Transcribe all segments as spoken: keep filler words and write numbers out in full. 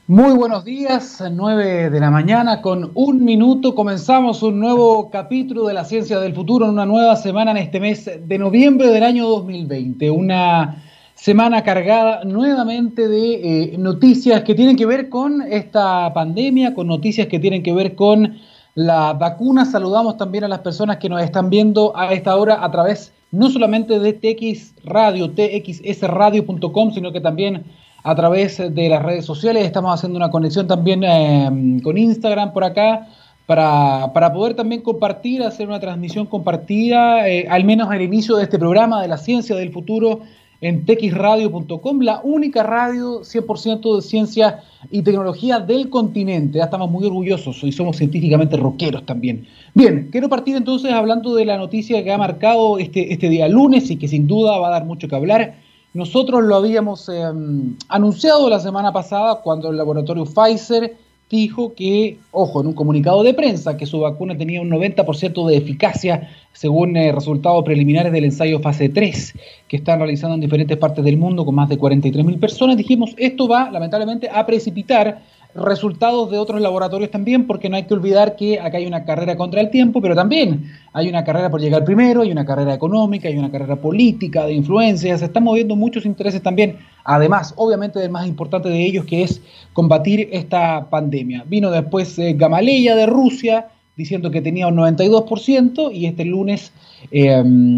Muy buenos días, nueve de la mañana con un minuto. Comenzamos un nuevo capítulo de la Ciencia del Futuro en una nueva semana en este mes de noviembre del año dos mil veinte. Una semana cargada nuevamente de eh, noticias que tienen que ver con esta pandemia, con noticias que tienen que ver con la vacuna. Saludamos también a las personas que nos están viendo a esta hora a través no solamente de T X Radio, T X S radio punto com, sino que también a través de las redes sociales. Estamos haciendo una conexión también eh, con Instagram por acá para, para poder también compartir, hacer una transmisión compartida, eh, al menos al inicio de este programa de la Ciencia del Futuro en T X radio punto com, la única radio cien por ciento de ciencia y tecnología del continente. Ya estamos muy orgullosos y somos científicamente rockeros también. Bien, quiero partir entonces hablando de la noticia que ha marcado este, este día lunes y que sin duda va a dar mucho que hablar. Nosotros lo habíamos eh, anunciado la semana pasada cuando el laboratorio Pfizer dijo que, ojo, en un comunicado de prensa, que su vacuna tenía un noventa por ciento de eficacia según eh, resultados preliminares del ensayo fase tres que están realizando en diferentes partes del mundo con más de cuarenta y tres mil personas. Dijimos, esto va lamentablemente a precipitar resultados de otros laboratorios también, porque no hay que olvidar que acá hay una carrera contra el tiempo, pero también hay una carrera por llegar primero, hay una carrera económica, hay una carrera política, de influencia, se están moviendo muchos intereses también, además, obviamente, del más importante de ellos, que es combatir esta pandemia. Vino después eh, Gamaleya de Rusia, diciendo que tenía un noventa y dos por ciento, y este lunes eh,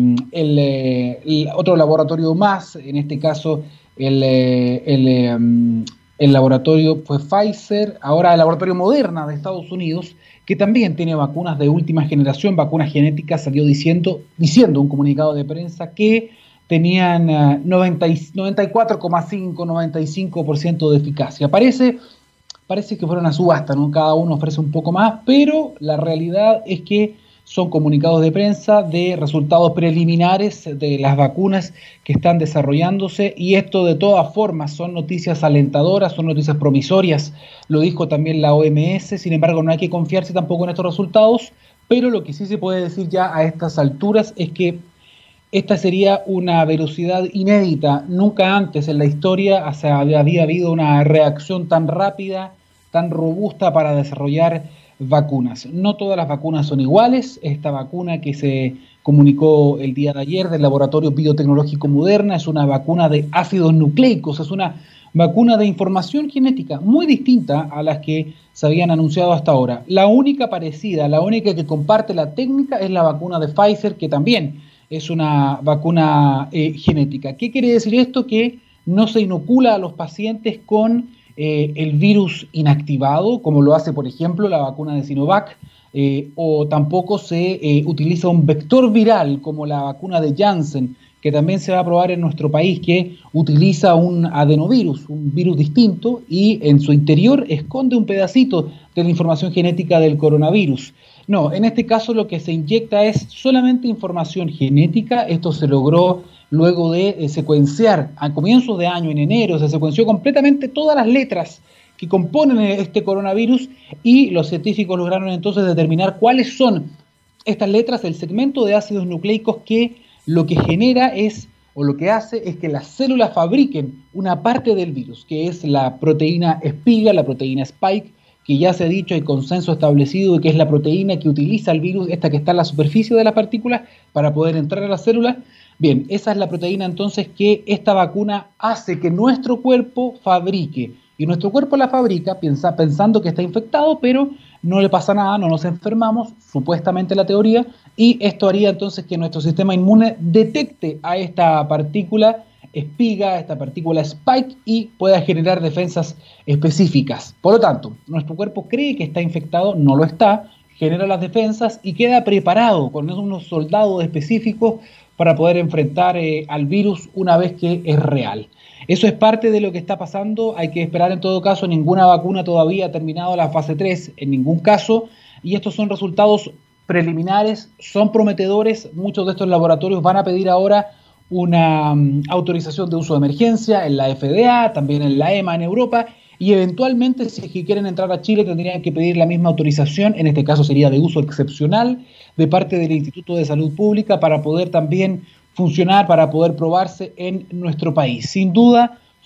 el, eh, el otro laboratorio más, en este caso el... Eh, el eh, El laboratorio fue Pfizer, ahora el laboratorio Moderna de Estados Unidos, que también tiene vacunas de última generación, vacunas genéticas, salió diciendo, diciendo un comunicado de prensa que tenían uh, noventa y cuatro coma cinco, noventa y cinco por ciento de eficacia. Parece, parece que fuera una subasta, ¿no? Cada uno ofrece un poco más, pero la realidad es que son comunicados de prensa de resultados preliminares de las vacunas que están desarrollándose, y esto de todas formas son noticias alentadoras, son noticias promisorias, lo dijo también la O M S. Sin embargo, no hay que confiarse tampoco en estos resultados, pero lo que sí se puede decir ya a estas alturas es que esta sería una velocidad inédita. Nunca antes en la historia o sea, había habido una reacción tan rápida, tan robusta para desarrollar vacunas. No todas las vacunas son iguales. Esta vacuna que se comunicó el día de ayer del laboratorio biotecnológico Moderna es una vacuna de ácidos nucleicos, es una vacuna de información genética muy distinta a las que se habían anunciado hasta ahora. La única parecida, la única que comparte la técnica es la vacuna de Pfizer, que también es una vacuna eh, genética. ¿Qué quiere decir esto? Que no se inocula a los pacientes con Eh, el virus inactivado, como lo hace, por ejemplo, la vacuna de Sinovac, eh, o tampoco se eh, utiliza un vector viral, como la vacuna de Janssen, que también se va a probar en nuestro país, que utiliza un adenovirus, un virus distinto, y en su interior esconde un pedacito de la información genética del coronavirus. No, en este caso lo que se inyecta es solamente información genética. Esto se logró luego de eh, secuenciar a comienzos de año, en enero, se secuenció completamente todas las letras que componen este coronavirus, y los científicos lograron entonces determinar cuáles son estas letras, el segmento de ácidos nucleicos que lo que genera es, o lo que hace es que las células fabriquen una parte del virus, que es la proteína espiga, la proteína spike, que ya se ha dicho, hay consenso establecido de que es la proteína que utiliza el virus, esta que está en la superficie de las partículas, para poder entrar a las células. Bien, esa es la proteína entonces que esta vacuna hace que nuestro cuerpo fabrique, y nuestro cuerpo la fabrica piensa, pensando que está infectado, pero no le pasa nada, no nos enfermamos, supuestamente la teoría, y esto haría entonces que nuestro sistema inmune detecte a esta partícula espiga, esta partícula spike, y pueda generar defensas específicas. Por lo tanto, nuestro cuerpo cree que está infectado, no lo está, genera las defensas y queda preparado con unos soldados específicos para poder enfrentar eh, al virus una vez que es real. Eso es parte de lo que está pasando. Hay que esperar en todo caso. Ninguna vacuna todavía ha terminado la fase tres, en ningún caso, y estos son resultados preliminares, son prometedores. Muchos de estos laboratorios van a pedir ahora una um, autorización de uso de emergencia en la F D A, también en la E M A en Europa, y eventualmente, si es que quieren entrar a Chile, tendrían que pedir la misma autorización, en este caso sería de uso excepcional, de parte del Instituto de Salud Pública, para poder también funcionar, para poder probarse en nuestro país. Sin duda,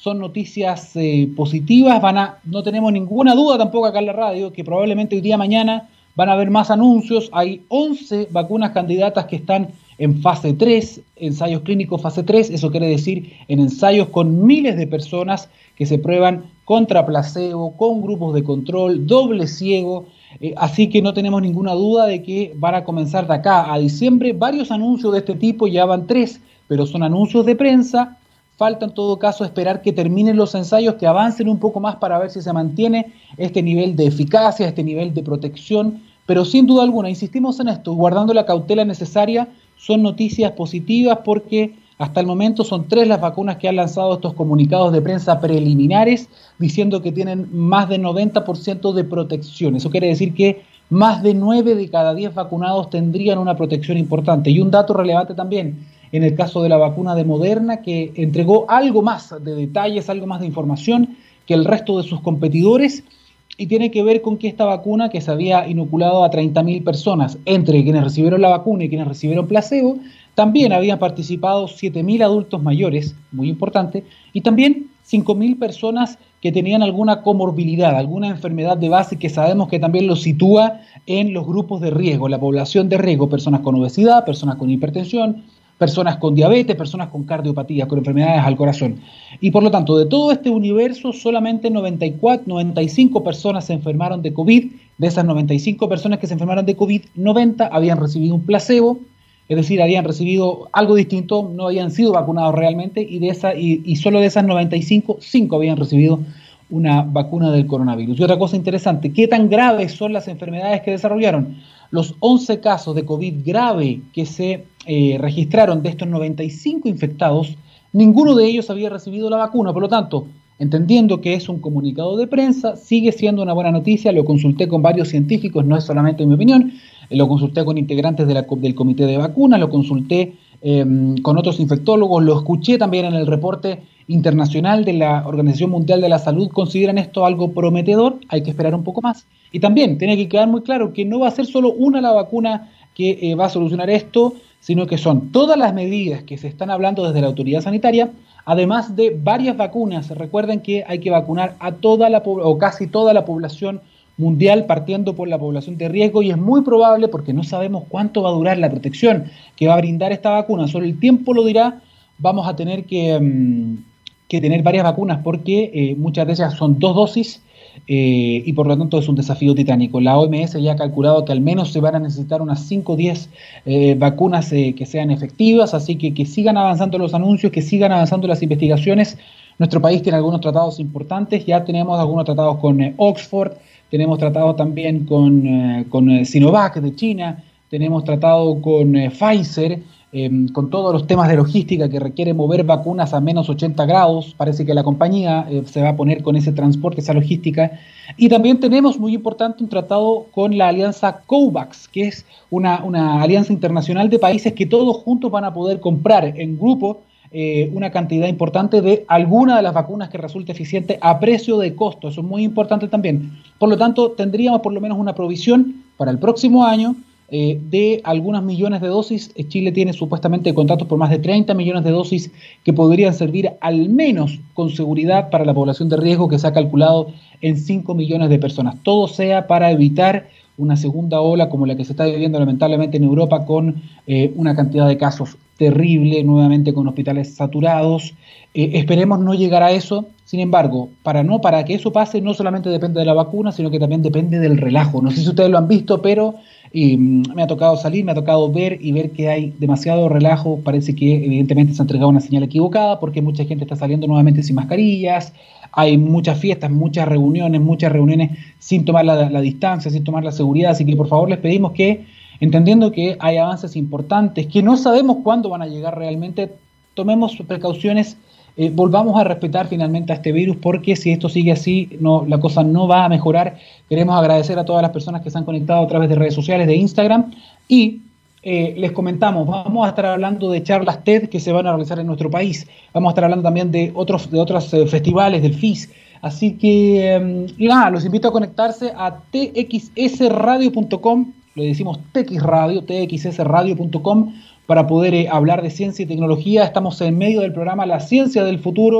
son noticias eh, positivas. Van a, no tenemos ninguna duda tampoco acá en la radio que probablemente hoy día, mañana, van a haber más anuncios. Hay once vacunas candidatas que están en fase tres, ensayos clínicos fase tres. Eso quiere decir en ensayos con miles de personas que se prueban contra placebo, con grupos de control, doble ciego. Eh, así que no tenemos ninguna duda de que van a comenzar de acá a diciembre varios anuncios de este tipo. Ya van tres, pero son anuncios de prensa. Falta en todo caso esperar que terminen los ensayos, que avancen un poco más para ver si se mantiene este nivel de eficacia, este nivel de protección. Pero sin duda alguna, insistimos en esto, guardando la cautela necesaria, son noticias positivas porque hasta el momento son tres las vacunas que han lanzado estos comunicados de prensa preliminares diciendo que tienen más del noventa por ciento de protección. Eso quiere decir que más de nueve de cada diez vacunados tendrían una protección importante. Y un dato relevante también, en el caso de la vacuna de Moderna, que entregó algo más de detalles, algo más de información que el resto de sus competidores, y tiene que ver con que esta vacuna, que se había inoculado a treinta mil personas, entre quienes recibieron la vacuna y quienes recibieron placebo, también habían participado siete mil adultos mayores, muy importante, y también cinco mil personas que tenían alguna comorbilidad, alguna enfermedad de base que sabemos que también los sitúa en los grupos de riesgo, la población de riesgo, personas con obesidad, personas con hipertensión, personas con diabetes, personas con cardiopatía, con enfermedades al corazón. Y por lo tanto, de todo este universo, solamente noventa y cuatro, noventa y cinco personas se enfermaron de COVID. De esas noventa y cinco personas que se enfermaron de COVID, noventa habían recibido un placebo, es decir, habían recibido algo distinto, no habían sido vacunados realmente, y, de esa, y, y solo de esas noventa y cinco, cinco habían recibido una vacuna del coronavirus. Y otra cosa interesante, ¿qué tan graves son las enfermedades que desarrollaron? Los once casos de COVID grave que se eh, registraron de estos noventa y cinco infectados, ninguno de ellos había recibido la vacuna. Por lo tanto, entendiendo que es un comunicado de prensa, sigue siendo una buena noticia. Lo consulté con varios científicos, no es solamente mi opinión, eh, lo consulté con integrantes de la, del comité de vacunas, lo consulté eh, con otros infectólogos, lo escuché también en el reporte internacional de la Organización Mundial de la Salud. Consideran esto algo prometedor, hay que esperar un poco más. Y también tiene que quedar muy claro que no va a ser solo una la vacuna que eh, va a solucionar esto, sino que son todas las medidas que se están hablando desde la autoridad sanitaria, además de varias vacunas. Recuerden que hay que vacunar a toda la o casi toda la población mundial, partiendo por la población de riesgo, y es muy probable, porque no sabemos cuánto va a durar la protección que va a brindar esta vacuna, solo el tiempo lo dirá. Vamos a tener que, um, que tener varias vacunas porque eh, muchas de ellas son dos dosis, Eh, y por lo tanto es un desafío titánico. La O M S ya ha calculado que al menos se van a necesitar unas cinco o diez eh, vacunas eh, que sean efectivas, así que que sigan avanzando los anuncios, que sigan avanzando las investigaciones. Nuestro país tiene algunos tratados importantes, ya tenemos algunos tratados con eh, Oxford, tenemos tratados también con, eh, con eh, Sinovac de China, tenemos tratado con eh, Pfizer, Eh, con todos los temas de logística que requiere mover vacunas a menos ochenta grados. Parece que la compañía eh, se va a poner con ese transporte, esa logística. Y también tenemos, muy importante, un tratado con la alianza COVAX, que es una, una alianza internacional de países que todos juntos van a poder comprar en grupo eh, una cantidad importante de alguna de las vacunas que resulte eficiente a precio de costo. Eso es muy importante también. Por lo tanto, tendríamos por lo menos una provisión para el próximo año Eh, de algunos millones de dosis. Chile tiene supuestamente contratos por más de treinta millones de dosis que podrían servir al menos con seguridad para la población de riesgo, que se ha calculado en cinco millones de personas. Todo sea para evitar una segunda ola como la que se está viviendo lamentablemente en Europa, con eh, una cantidad de casos terrible, nuevamente con hospitales saturados. Eh, esperemos no llegar a eso. Sin embargo, para, no, para que eso pase no solamente depende de la vacuna, sino que también depende del relajo. No sé si ustedes lo han visto, pero y me ha tocado salir, me ha tocado ver y ver que hay demasiado relajo. Parece que evidentemente se ha entregado una señal equivocada porque mucha gente está saliendo nuevamente sin mascarillas, hay muchas fiestas, muchas reuniones, muchas reuniones sin tomar la, la distancia, sin tomar la seguridad. Así que por favor les pedimos que, entendiendo que hay avances importantes, que no sabemos cuándo van a llegar realmente, tomemos precauciones. Eh, volvamos a respetar finalmente a este virus, porque si esto sigue así, no, la cosa no va a mejorar. Queremos agradecer a todas las personas que se han conectado a través de redes sociales, de Instagram, y eh, les comentamos, vamos a estar hablando de charlas TED que se van a realizar en nuestro país, vamos a estar hablando también de otros, de otros eh, festivales del F I S, así que eh, y nada, los invito a conectarse a t x s radio punto com, lo decimos T X Radio, t x s radio punto com, para poder eh, hablar de ciencia y tecnología. Estamos en medio del programa La Ciencia del Futuro,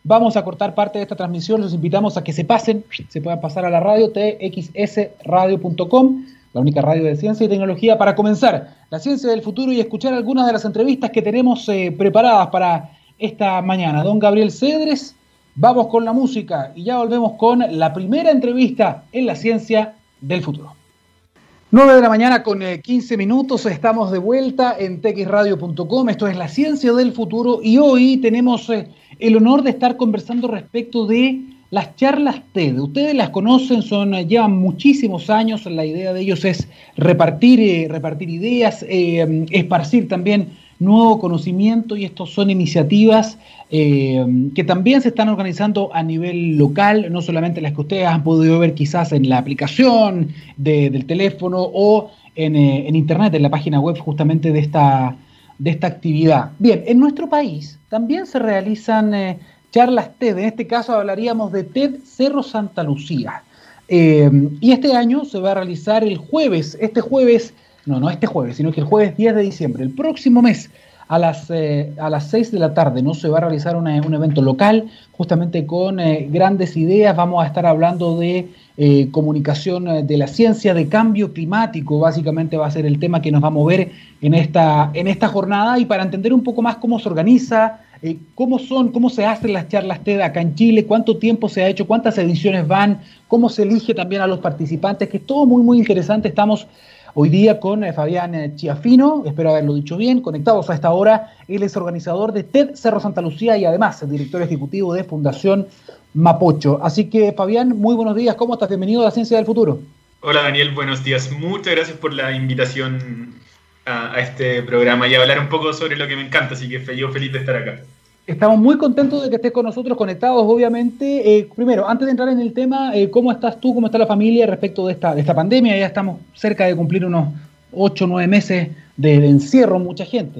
Vamos a cortar parte de esta transmisión, los invitamos a que se pasen, se puedan pasar a la radio, t x s radio punto com, la única radio de ciencia y tecnología, para comenzar la ciencia del futuro y escuchar algunas de las entrevistas que tenemos eh, preparadas para esta mañana. Don Gabriel Cedres, vamos con la música y ya volvemos con la primera entrevista en la ciencia del futuro. nueve de la mañana con quince minutos, estamos de vuelta en t x radio punto com, esto es la ciencia del futuro y hoy tenemos eh, el honor de estar conversando respecto de las charlas TED. Ustedes las conocen, son, llevan muchísimos años, la idea de ellos es repartir, eh, repartir ideas, eh, esparcir también nuevo conocimiento y estos son iniciativas eh, que también se están organizando a nivel local, no solamente las que ustedes han podido ver quizás en la aplicación de, del teléfono o en, eh, en internet, en la página web justamente de esta, de esta actividad. Bien, en nuestro país también se realizan eh, charlas TED, en este caso hablaríamos de TED Cerro Santa Lucía. Eh, y este año se va a realizar el jueves, este jueves, no, no este jueves, sino que el jueves diez de diciembre, el próximo mes, a las, eh, a las seis de la tarde, ¿no? Se va a realizar una, un evento local, justamente con eh, grandes ideas. Vamos a estar hablando de eh, comunicación de la ciencia, de cambio climático, básicamente va a ser el tema que nos va a mover en esta, en esta jornada, y para entender un poco más cómo se organiza, eh, cómo son, cómo se hacen las charlas TED acá en Chile, cuánto tiempo se ha hecho, cuántas ediciones van, cómo se elige también a los participantes, que es todo muy, muy interesante. Estamos hoy día con eh, Fabián eh, Chiafino, espero haberlo dicho bien, conectados a esta hora. Él es organizador de TED Cerro Santa Lucía y además director ejecutivo de Fundación Mapocho. Así que, Fabián, muy buenos días, ¿cómo estás? Bienvenido a la Ciencia del Futuro. Hola, Daniel, buenos días. Muchas gracias por la invitación a, a este programa y a hablar un poco sobre lo que me encanta, así que yo feliz de estar acá. Estamos muy contentos de que estés con nosotros, conectados, obviamente. Eh, primero, antes de entrar en el tema, eh, ¿cómo estás tú, cómo está la familia respecto de esta, de esta pandemia? Ya estamos cerca de cumplir unos ocho o nueve meses de, de encierro, mucha gente.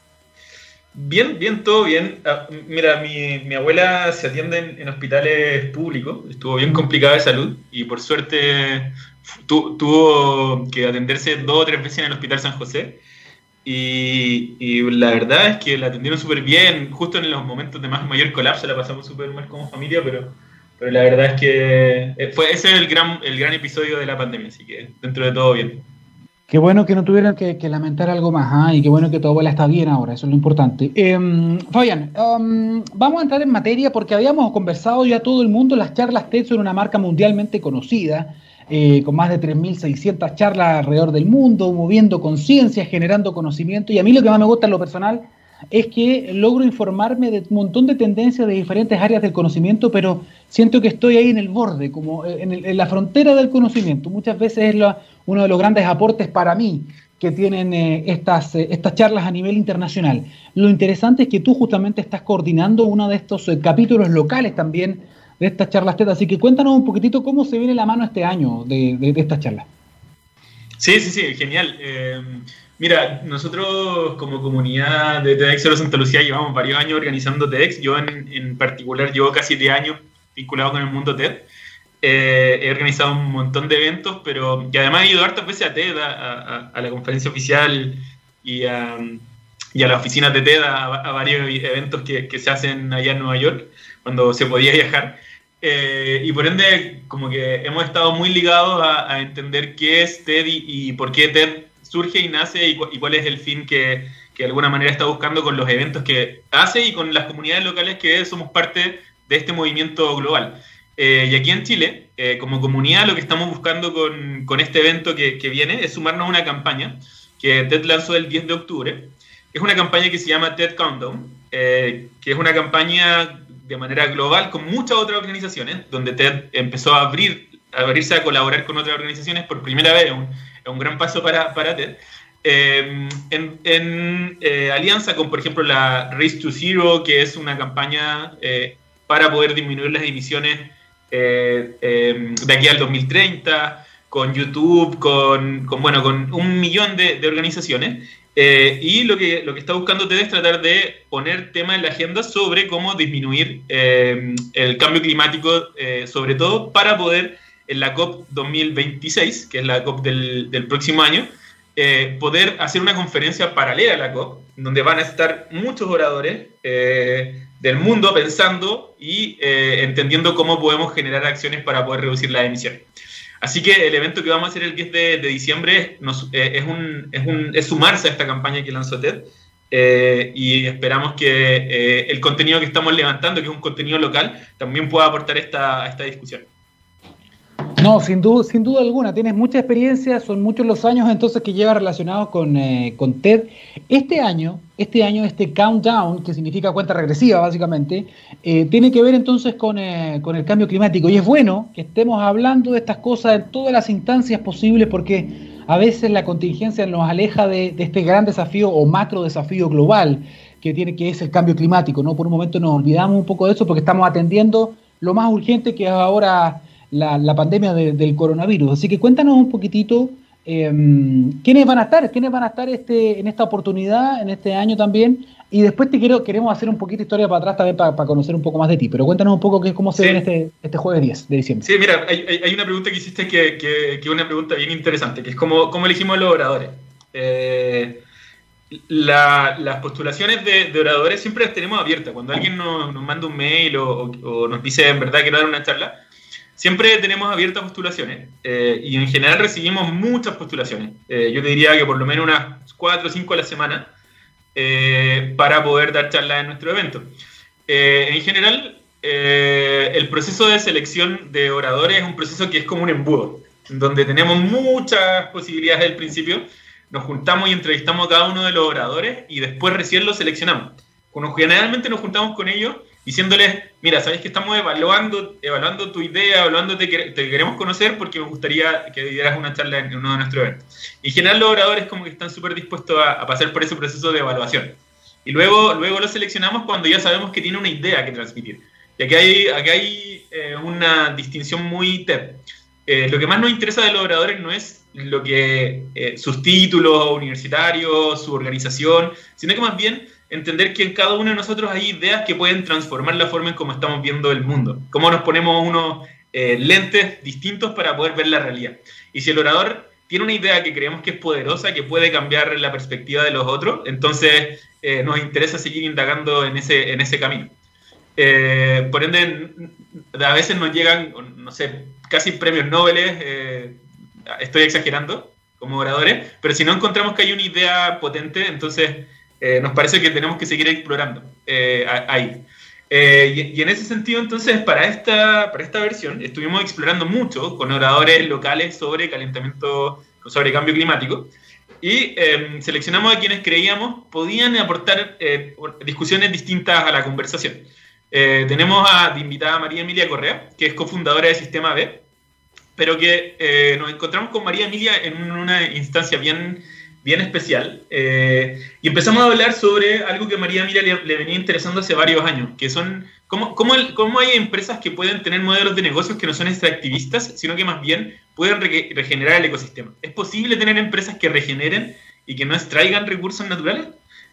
Bien, bien, todo bien. Ah, mira, mi, mi abuela se atiende en, en hospitales públicos, estuvo bien complicada de salud y por suerte tu, tuvo que atenderse dos o tres veces en el Hospital San José. Y, y la verdad es que la atendieron súper bien, justo en los momentos de más mayor colapso la pasamos súper mal como familia, pero, pero la verdad es que fue ese es el gran, el gran episodio de la pandemia, así que dentro de todo bien. Qué bueno que no tuvieran que, que lamentar algo más, ¿eh? Y qué bueno que tu abuela está bien ahora, eso es lo importante. Eh, Fabián, um, vamos a entrar en materia porque habíamos conversado ya todo el mundo, las charlas TED son una marca mundialmente conocida, Eh, con más de tres mil seiscientas charlas alrededor del mundo, moviendo conciencia, generando conocimiento, y a mí lo que más me gusta en lo personal es que logro informarme de un montón de tendencias de diferentes áreas del conocimiento, pero siento que estoy ahí en el borde, como en, el, en la frontera del conocimiento. Muchas veces es lo, uno de los grandes aportes para mí que tienen eh, estas, eh, estas charlas a nivel internacional. Lo interesante es que tú justamente estás coordinando uno de estos eh, capítulos locales también de estas charlas TED, así que cuéntanos un poquitito cómo se viene la mano este año de, de, de estas charlas. Sí, sí, sí, genial. Eh, mira, nosotros como comunidad de TEDx Cerro Santa Lucía llevamos varios años organizando TEDx. Yo en, en particular llevo casi siete años vinculado con el mundo TED. Eh, he organizado un montón de eventos, pero que además he ido hartas veces a TED, a, a, a la conferencia oficial y a, y a las oficinas de TED, a, a varios eventos que, que se hacen allá en Nueva York, cuando se podía viajar. Eh, y por ende, como que hemos estado muy ligados a, a entender qué es TED y, y por qué TED surge y nace y, cu y cuál es el fin que, que de alguna manera está buscando con los eventos que hace y con las comunidades locales que somos parte de este movimiento global. Eh, y aquí en Chile, eh, como comunidad, lo que estamos buscando con, con este evento que, que viene es sumarnos a una campaña que TED lanzó el diez de octubre. Es una campaña que se llama TED Countdown, eh, que es una campaña de manera global con muchas otras organizaciones, donde TED empezó a abrir, a abrirse a colaborar con otras organizaciones por primera vez, un, un gran paso para, para TED, eh, en, en eh, alianza con, por ejemplo, la Race to Zero, que es una campaña eh, para poder disminuir las emisiones eh, eh, de aquí al dos mil treinta, con YouTube, con, con, bueno, con un millón de, de organizaciones. Eh, y lo que, lo que está buscando TED es tratar de poner temas en la agenda sobre cómo disminuir eh, el cambio climático, eh, sobre todo para poder en la COP dos mil veintiséis, que es la COP del, del próximo año, eh, poder hacer una conferencia paralela a la COP donde van a estar muchos oradores eh, del mundo pensando y eh, entendiendo cómo podemos generar acciones para poder reducir las emisiones. Así que el evento que vamos a hacer el diez de, de diciembre nos, eh, es, un, es, un, es sumarse a esta campaña que lanzó TED, eh, y esperamos que eh, el contenido que estamos levantando, que es un contenido local, también pueda aportar esta, a esta discusión. No, sin duda, sin duda alguna, tienes mucha experiencia, son muchos los años entonces que llevas relacionados con, eh, con TED. Este año, este año, este countdown, que significa cuenta regresiva básicamente, eh, tiene que ver entonces con, eh, con el cambio climático. Y es bueno que estemos hablando de estas cosas en todas las instancias posibles, porque a veces la contingencia nos aleja de, de este gran desafío o macro desafío global que tiene, que es el cambio climático, ¿no? Por un momento nos olvidamos un poco de eso porque estamos atendiendo lo más urgente, que es ahora La, la pandemia de, del coronavirus. Así que cuéntanos un poquitito eh, quiénes van a estar, quiénes van a estar este, en esta oportunidad, en este año también, y después te quiero, queremos hacer un poquito de historia para atrás también para, para conocer un poco más de ti, pero cuéntanos un poco qué, cómo se sí. ve este, este jueves diez de diciembre. Sí, mira, hay, hay una pregunta que hiciste que, que, que es una pregunta bien interesante, que es cómo, cómo elegimos los oradores. Eh, la, las postulaciones de, de oradores siempre las tenemos abiertas. Cuando alguien nos, nos manda un mail o, o, o nos dice en verdad quiero dar una charla, siempre tenemos abiertas postulaciones, eh, y en general recibimos muchas postulaciones. Eh, yo te diría que por lo menos unas cuatro o cinco a la semana, eh, para poder dar charlas en nuestro evento. Eh, en general, eh, el proceso de selección de oradores es un proceso que es como un embudo, donde tenemos muchas posibilidades del principio, nos juntamos y entrevistamos a cada uno de los oradores y después recién los seleccionamos. Cuando generalmente nos juntamos con ellos diciéndoles, mira, sabes que estamos evaluando, evaluando tu idea, evaluando te, te queremos conocer porque nos gustaría que dieras una charla en uno de nuestros eventos. Y en general los oradores como que están súper dispuestos a, a pasar por ese proceso de evaluación. Y luego, luego los seleccionamos cuando ya sabemos que tiene una idea que transmitir. Y aquí hay, aquí hay eh, una distinción muy TED. Eh, lo que más nos interesa de los oradores no es lo que eh, sus títulos universitarios, su organización, sino que más bien entender que en cada uno de nosotros hay ideas que pueden transformar la forma en cómo estamos viendo el mundo, cómo nos ponemos unos eh, lentes distintos para poder ver la realidad. Y si el orador tiene una idea que creemos que es poderosa, que puede cambiar la perspectiva de los otros, entonces eh, nos interesa seguir indagando en ese, en ese camino. Eh, por ende, a veces nos llegan, no sé, casi premios Nobel, eh, estoy exagerando, como oradores, pero si no encontramos que hay una idea potente, entonces eh, nos parece que tenemos que seguir explorando eh, ahí. Eh, y, y en ese sentido, entonces, para esta, para esta versión, estuvimos explorando mucho con oradores locales sobre calentamiento, sobre cambio climático, y eh, seleccionamos a quienes creíamos podían aportar eh, discusiones distintas a la conversación. Eh, tenemos a, de invitada a María Emilia Correa, que es cofundadora de Sistema B, pero que eh, nos encontramos con María Emilia en una instancia bien, bien especial, eh, y empezamos a hablar sobre algo que a María Emilia le, le venía interesando hace varios años, que son cómo, cómo, el, cómo hay empresas que pueden tener modelos de negocios que no son extractivistas, sino que más bien pueden re, regenerar el ecosistema. ¿Es posible tener empresas que regeneren y que no extraigan recursos naturales?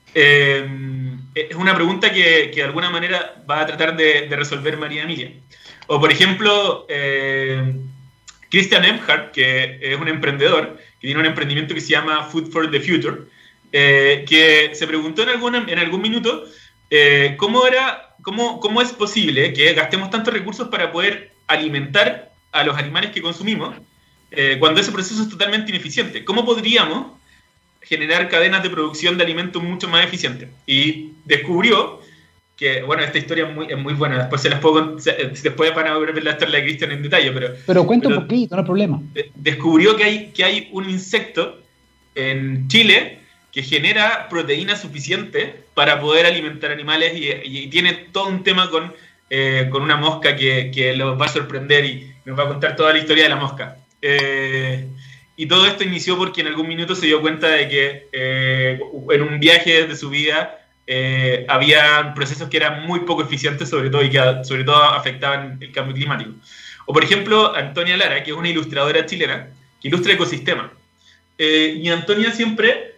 Eh, es una pregunta que, que de alguna manera va a tratar de, de resolver María Emilia. O por ejemplo, eh, Christian Emhardt, que es un emprendedor, que tiene un emprendimiento que se llama Food for the Future, eh, que se preguntó en, alguna, en algún minuto eh, cómo, era, cómo, cómo es posible que gastemos tantos recursos para poder alimentar a los animales que consumimos, eh, cuando ese proceso es totalmente ineficiente. ¿Cómo podríamos generar cadenas de producción de alimentos mucho más eficientes? Y descubrió que, bueno, esta historia es muy, es muy buena, después se las puedo, después van a ver la charla de Christian en detalle, pero... Pero cuenta pero un poquito, no hay problema. Descubrió que hay, que hay un insecto en Chile que genera proteína suficiente para poder alimentar animales, y, y tiene todo un tema con, eh, con una mosca que, que los va a sorprender y nos va a contar toda la historia de la mosca. Eh, y todo esto inició porque en algún minuto se dio cuenta de que eh, en un viaje de su vida eh, había procesos que eran muy poco eficientes, sobre todo, y que sobre todo afectaban el cambio climático. O por ejemplo, Antonia Lara, que es una ilustradora chilena, que ilustra ecosistemas. Eh, y Antonia siempre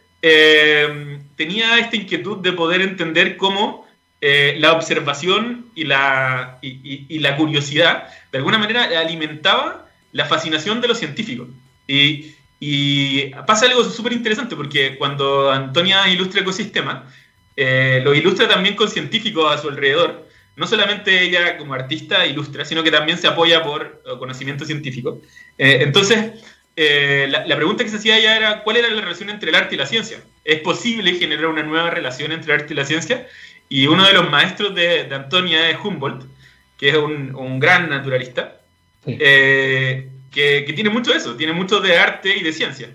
eh, tenía esta inquietud de poder entender cómo eh, la observación y la, y, y, y la curiosidad, de alguna manera, alimentaba la fascinación de los científicos. Y, Y pasa algo súper interesante, porque cuando Antonia ilustra ecosistemas, eh, lo ilustra también con científicos a su alrededor. No solamente ella como artista ilustra, sino que también se apoya por conocimiento científico. Eh, entonces, eh, la, la pregunta que se hacía ella era, ¿cuál era la relación entre el arte y la ciencia? ¿Es posible generar una nueva relación entre el arte y la ciencia? Y uno de los maestros de, de Antonia es Humboldt, que es un, un gran naturalista, sí. eh, que, que tiene mucho de eso, tiene mucho de arte y de ciencia.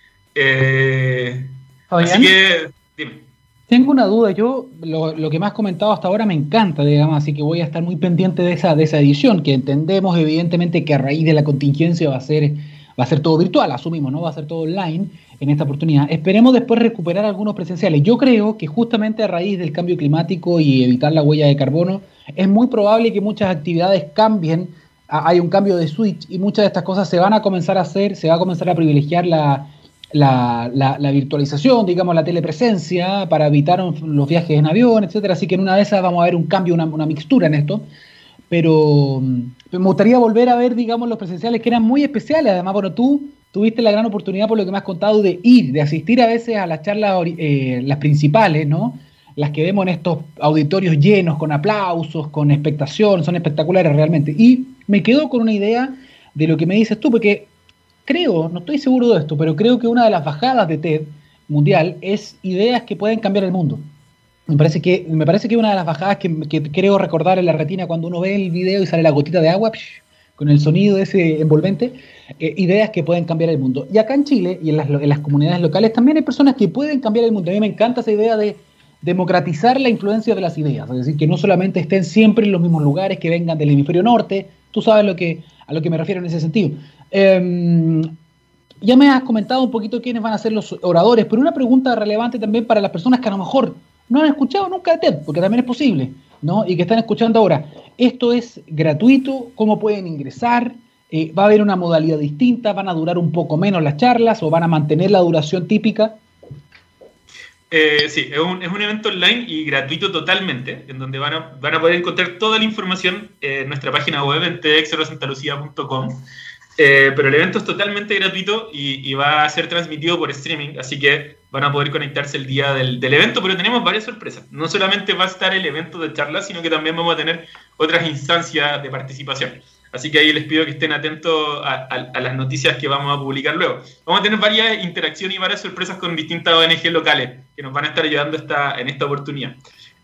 Eh, así que, dime. Tengo una duda, yo lo, lo que me has comentado hasta ahora me encanta, digamos, así que voy a estar muy pendiente de esa, de esa edición, que entendemos evidentemente que a raíz de la contingencia va a ser, va a ser todo virtual, asumimos, ¿no? Va a ser todo online en esta oportunidad. Esperemos después recuperar algunos presenciales. Yo creo que justamente a raíz del cambio climático y evitar la huella de carbono, es muy probable que muchas actividades cambien, hay un cambio de switch y muchas de estas cosas se van a comenzar a hacer, se va a comenzar a privilegiar la... La, la, la virtualización, digamos, la telepresencia para evitar los viajes en avión, etcétera. Así que en una de esas vamos a ver un cambio, una, una mixtura en esto. Pero, pero me gustaría volver a ver, digamos, los presenciales que eran muy especiales. Además, bueno, tú tuviste la gran oportunidad, por lo que me has contado, de ir, de asistir a veces a las charlas, eh, las principales, ¿no? Las que vemos en estos auditorios llenos, con aplausos, con expectación, son espectaculares realmente. Y me quedo con una idea de lo que me dices tú, porque creo, no estoy seguro de esto, pero creo que una de las bajadas de TED mundial es ideas que pueden cambiar el mundo. Me parece que, me parece que una de las bajadas que, que creo recordar en la retina cuando uno ve el video y sale la gotita de agua, psh, con el sonido ese envolvente, eh, ideas que pueden cambiar el mundo. Y acá en Chile y en las, en las comunidades locales también hay personas que pueden cambiar el mundo. A mí me encanta esa idea de democratizar la influencia de las ideas, es decir, que no solamente estén siempre en los mismos lugares, que vengan del hemisferio norte. Tú sabes lo que, a lo que me refiero en ese sentido. Eh, ya me has comentado un poquito quiénes van a ser los oradores, pero una pregunta relevante también para las personas que a lo mejor no han escuchado nunca de TED, porque también es posible, ¿no? Y que están escuchando ahora. ¿Esto es gratuito? ¿Cómo pueden ingresar? Eh, ¿Va a haber una modalidad distinta? ¿Van a durar un poco menos las charlas o van a mantener la duración típica? Eh, sí, es un, es un evento online y gratuito totalmente, en donde van a, van a poder encontrar toda la información en nuestra página web en t x r santa lucía punto com. Eh, pero el evento es totalmente gratuito y, y va a ser transmitido por streaming, así que van a poder conectarse el día del, del evento, pero tenemos varias sorpresas. No solamente va a estar el evento de charlas, sino que también vamos a tener otras instancias de participación. Así que ahí les pido que estén atentos a, a, a las noticias que vamos a publicar luego. Vamos a tener varias interacciones y varias sorpresas con distintas O N G locales que nos van a estar ayudando esta, en esta oportunidad.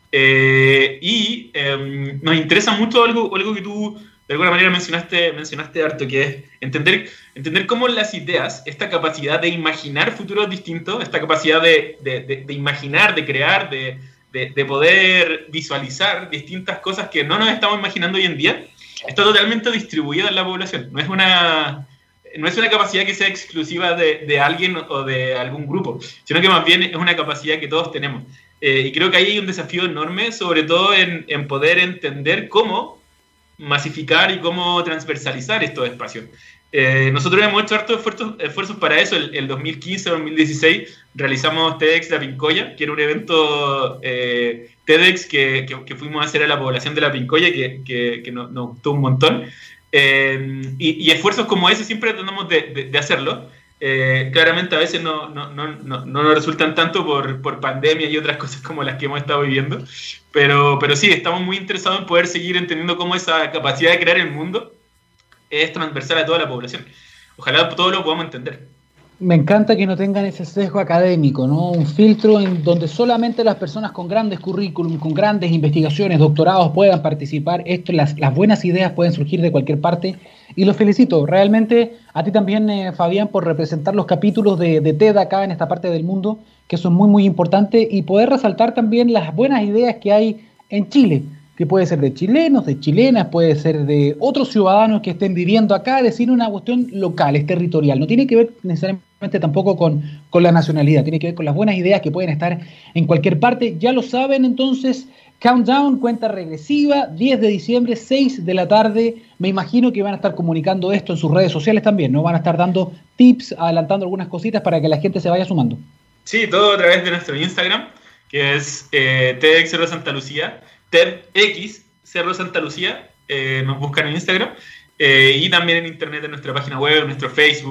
Eh, y eh, nos interesa mucho algo, algo que tú de alguna manera mencionaste, mencionaste harto, que es entender, entender cómo las ideas, esta capacidad de imaginar futuros distintos, esta capacidad de, de, de, de imaginar, de crear, de, de, de poder visualizar distintas cosas que no nos estamos imaginando hoy en día, está totalmente distribuida en la población. No es una, no es una capacidad que sea exclusiva de, de alguien o de algún grupo, sino que más bien es una capacidad que todos tenemos. Eh, y creo que ahí hay un desafío enorme, sobre todo en, en poder entender cómo masificar y cómo transversalizar estos espacios. Eh, nosotros hemos hecho hartos esfuerzos, esfuerzos para eso. El, el dos mil quince dos mil dieciséis realizamos TEDx La Pincoya, que era un evento eh, TEDx que, que, que fuimos a hacer a la población de La Pincoya, que, que, que nos, nos gustó un montón. Eh, y, y esfuerzos como ese siempre tratamos de, de, de hacerlo. Eh, claramente a veces no, no, no, no, no nos resultan tanto por, por pandemia y otras cosas como las que hemos estado viviendo, pero, pero sí, estamos muy interesados en poder seguir entendiendo cómo esa capacidad de crear el mundo es transversal a toda la población. Ojalá todos lo podamos entender. Me encanta que no tengan ese sesgo académico, ¿no? Un filtro en donde solamente las personas con grandes currículum, con grandes investigaciones, doctorados puedan participar. Esto, las, las buenas ideas pueden surgir de cualquier parte. Y los felicito, realmente a ti también, eh, Fabián, por representar los capítulos de, de TED acá en esta parte del mundo, que son muy, muy importantes, y poder resaltar también las buenas ideas que hay en Chile, que puede ser de chilenos, de chilenas, puede ser de otros ciudadanos que estén viviendo acá, es decir, una cuestión local, es territorial, no tiene que ver necesariamente tampoco con, con la nacionalidad, tiene que ver con las buenas ideas que pueden estar en cualquier parte. Ya lo saben, entonces, Countdown, cuenta regresiva, diez de diciembre, seis de la tarde. Me imagino que van a estar comunicando esto en sus redes sociales también, ¿no? Van a estar dando tips, adelantando algunas cositas para que la gente se vaya sumando. Sí, todo a través de nuestro Instagram, que es eh, TEDx Cerro Santa Lucía, TEDx Cerro Santa Lucía, eh, nos buscan en Instagram, eh, y también en internet, en nuestra página web, en nuestro Facebook,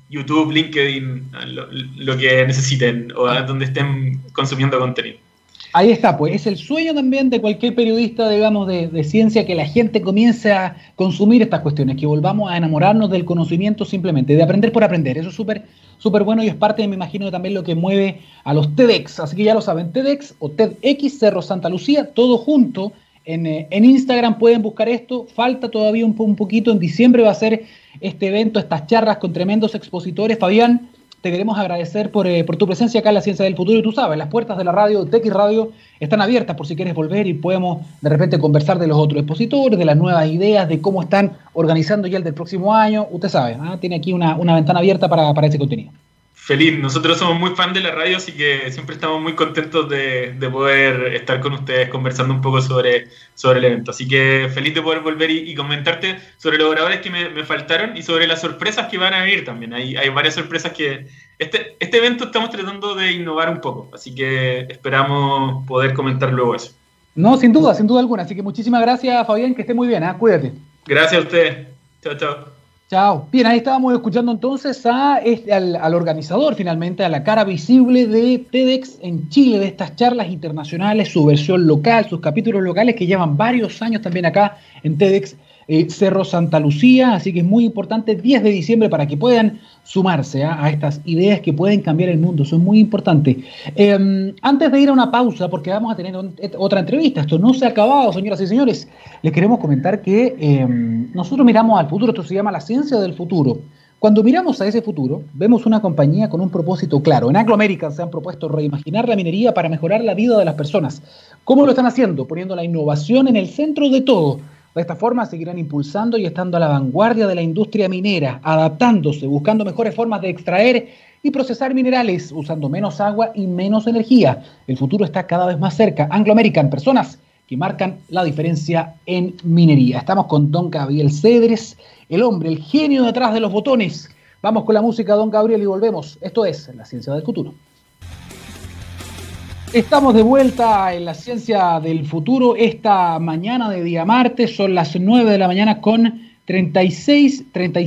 YouTube, LinkedIn, lo, lo que necesiten o a donde estén consumiendo contenido. Ahí está, pues es el sueño también de cualquier periodista, digamos, de, de ciencia, que la gente comience a consumir estas cuestiones, que volvamos a enamorarnos del conocimiento simplemente, de aprender por aprender. Eso es súper súper bueno y es parte, me imagino, también lo que mueve a los TEDx. Así que ya lo saben, TEDx o TEDx Cerro Santa Lucía, todo junto. En, en Instagram pueden buscar esto. Falta todavía un, un poquito. En diciembre va a ser este evento, estas charlas con tremendos expositores. Fabián, te queremos agradecer por, eh, por tu presencia acá en La Ciencia del Futuro. Y tú sabes, las puertas de la radio, T X Radio, están abiertas por si quieres volver y podemos de repente conversar de los otros expositores, de las nuevas ideas, de cómo están organizando ya el del próximo año. Usted sabe, ¿eh? Tiene aquí una, una ventana abierta para, para ese contenido. Feliz, nosotros somos muy fan de la radio, así que siempre estamos muy contentos de, de poder estar con ustedes conversando un poco sobre, sobre el evento. Así que feliz de poder volver y, y comentarte sobre los oradores que me, me faltaron y sobre las sorpresas que van a venir también. Hay, hay varias sorpresas que... Este, este evento estamos tratando de innovar un poco, así que esperamos poder comentar luego eso. No, sin duda, sin duda alguna. Así que muchísimas gracias, Fabián, que esté muy bien, ¿eh? Cuídate. Gracias a ustedes. Chao, chao. Chao. Bien, ahí estábamos escuchando entonces a este, al, al organizador, finalmente, a la cara visible de TEDx en Chile, de estas charlas internacionales, su versión local, sus capítulos locales que llevan varios años también acá en TEDx eh, Cerro Santa Lucía. Así que es muy importante, diez de diciembre, para que puedan sumarse ¿eh? a estas ideas que pueden cambiar el mundo. Eso es muy importante. Eh, antes de ir a una pausa, porque vamos a tener un, otra entrevista, esto no se ha acabado, señoras y señores, les queremos comentar que eh, nosotros miramos al futuro. Esto se llama La Ciencia del Futuro. Cuando miramos a ese futuro, vemos una compañía con un propósito claro. En Anglo American se han propuesto reimaginar la minería para mejorar la vida de las personas. ¿Cómo lo están haciendo? Poniendo la innovación en el centro de todo. De esta forma seguirán impulsando y estando a la vanguardia de la industria minera, adaptándose, buscando mejores formas de extraer y procesar minerales, usando menos agua y menos energía. El futuro está cada vez más cerca. Anglo American, personas que marcan la diferencia en minería. Estamos con don Gabriel Cedres, el hombre, el genio detrás de los botones. Vamos con la música, don Gabriel, y volvemos. Esto es La Ciencia del Futuro. Estamos de vuelta en La Ciencia del Futuro esta mañana de día martes. Son las nueve de la mañana con treinta y seis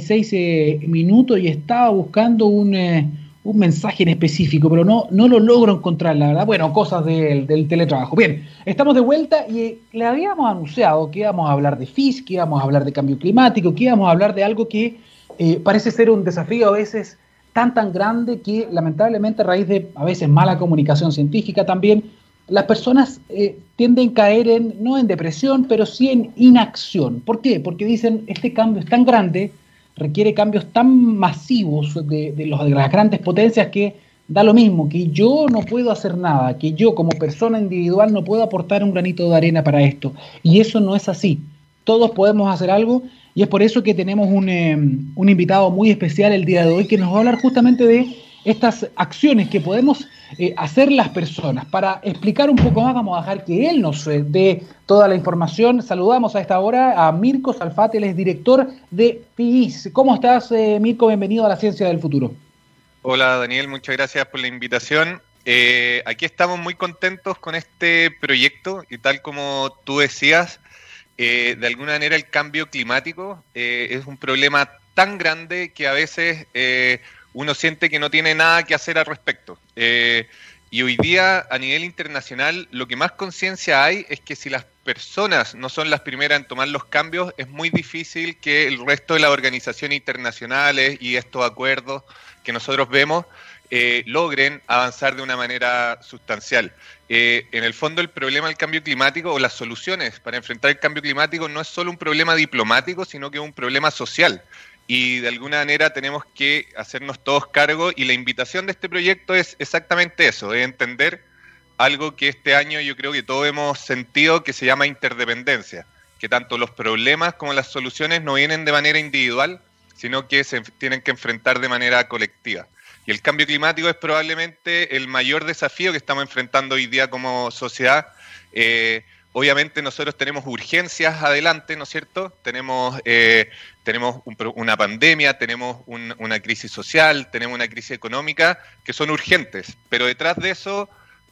eh, minutos y estaba buscando un, eh, un mensaje en específico, pero no, no lo logro encontrar, la verdad. Bueno, cosas del, del teletrabajo. Bien, estamos de vuelta y eh, le habíamos anunciado que íbamos a hablar de F I S, que íbamos a hablar de cambio climático, que íbamos a hablar de algo que eh, parece ser un desafío a veces tan tan grande que lamentablemente a raíz de a veces mala comunicación científica también, las personas eh, tienden a caer en, no en depresión, pero sí en inacción. ¿Por qué? Porque dicen, este cambio es tan grande, requiere cambios tan masivos de, de, los, de las grandes potencias que da lo mismo, que yo no puedo hacer nada, que yo como persona individual no puedo aportar un granito de arena para esto. Y eso no es así. Todos podemos hacer algo. Y es por eso que tenemos un, eh, un invitado muy especial el día de hoy que nos va a hablar justamente de estas acciones que podemos eh, hacer las personas. Para explicar un poco más, vamos a dejar que él nos eh, dé toda la información. Saludamos a esta hora a Mirko Salfate, él es director de F I S. ¿Cómo estás, eh, Mirko? Bienvenido a La Ciencia del Futuro. Hola, Daniel, muchas gracias por la invitación. Eh, aquí estamos muy contentos con este proyecto y tal como tú decías, Eh, de alguna manera el cambio climático eh, es un problema tan grande que a veces eh, uno siente que no tiene nada que hacer al respecto. Eh, y hoy día a nivel internacional lo que más conciencia hay es que si las personas no son las primeras en tomar los cambios, es muy difícil que el resto de las organizaciones internacionales y estos acuerdos que nosotros vemos eh, logren avanzar de una manera sustancial. Eh, en el fondo el problema del cambio climático o las soluciones para enfrentar el cambio climático no es solo un problema diplomático, sino que es un problema social. Y de alguna manera tenemos que hacernos todos cargo y la invitación de este proyecto es exactamente eso, es entender algo que este año yo creo que todos hemos sentido que se llama interdependencia, que tanto los problemas como las soluciones no vienen de manera individual, sino que se tienen que enfrentar de manera colectiva. Y el cambio climático es probablemente el mayor desafío que estamos enfrentando hoy día como sociedad. Eh, obviamente nosotros tenemos urgencias adelante, ¿no es cierto? Tenemos, eh, tenemos un, una pandemia, tenemos un, una crisis social, tenemos una crisis económica que son urgentes, pero detrás de eso